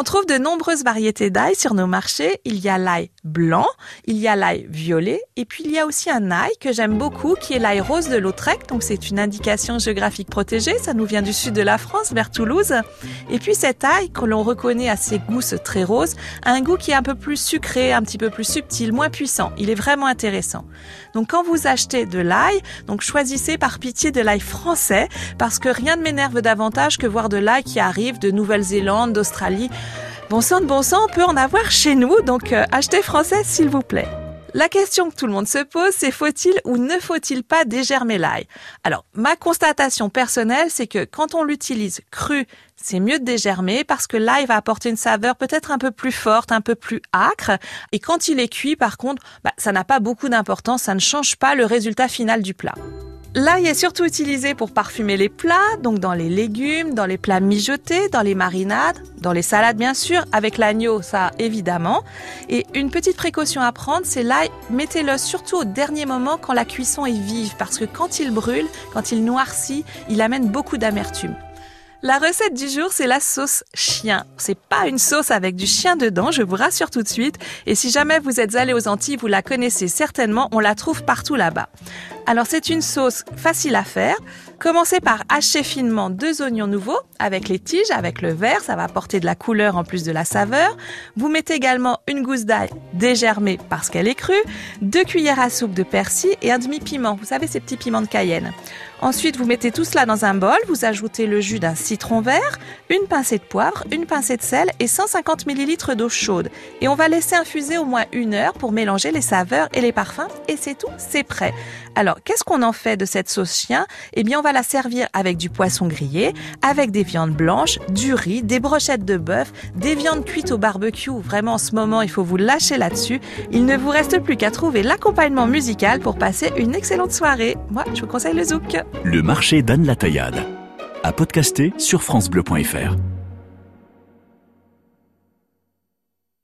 On trouve de nombreuses variétés d'ail sur nos marchés. Il y a l'ail blanc, il y a l'ail violet et puis il y a aussi un ail que j'aime beaucoup qui est l'ail rose de Lautrec. Donc c'est une indication géographique protégée, ça nous vient du sud de la France vers Toulouse. Et puis cet ail que l'on reconnaît à ses gousses très roses, a un goût qui est un peu plus sucré, un petit peu plus subtil, moins puissant. Il est vraiment intéressant. Donc quand vous achetez de l'ail, donc choisissez par pitié de l'ail français parce que rien ne m'énerve davantage que voir de l'ail qui arrive de Nouvelle-Zélande, d'Australie. Bon sang, on peut en avoir chez nous, donc achetez français s'il vous plaît. La question que tout le monde se pose, c'est faut-il ou ne faut-il pas dégermer l'ail ? Alors, ma constatation personnelle, c'est que quand on l'utilise cru, c'est mieux de dégermer parce que l'ail va apporter une saveur peut-être un peu plus forte, un peu plus âcre. Et quand il est cuit, par contre, ça n'a pas beaucoup d'importance, ça ne change pas le résultat final du plat. L'ail est surtout utilisé pour parfumer les plats, donc dans les légumes, dans les plats mijotés, dans les marinades, dans les salades bien sûr, avec l'agneau, ça évidemment. Et une petite précaution à prendre, c'est l'ail, mettez-le surtout au dernier moment quand la cuisson est vive, parce que quand il brûle, quand il noircit, il amène beaucoup d'amertume. La recette du jour, c'est la sauce chien. C'est pas une sauce avec du chien dedans, je vous rassure tout de suite. Et si jamais vous êtes allé aux Antilles, vous la connaissez certainement, on la trouve partout là-bas. Alors c'est une sauce facile à faire. Commencez par hacher finement 2 oignons nouveaux avec les tiges, avec le vert, ça va apporter de la couleur en plus de la saveur. Vous mettez également une gousse d'ail dégermée parce qu'elle est crue, 2 cuillères à soupe de persil et un demi-piment, vous savez ces petits piments de Cayenne. Ensuite, vous mettez tout cela dans un bol, vous ajoutez le jus d'un citron vert, une pincée de poivre, une pincée de sel et 150 ml d'eau chaude. Et on va laisser infuser au moins 1 heure pour mélanger les saveurs et les parfums et c'est tout, c'est prêt. Alors, qu'est-ce qu'on en fait de cette sauce chien ? Eh bien, on va la servir avec du poisson grillé, avec des viandes blanches, du riz, des brochettes de bœuf, des viandes cuites au barbecue. Vraiment, en ce moment, il faut vous lâcher là-dessus. Il ne vous reste plus qu'à trouver l'accompagnement musical pour passer une excellente soirée. Moi, je vous conseille le zouk. Le marché d'Anne Lataillade. À podcaster sur francebleu.fr.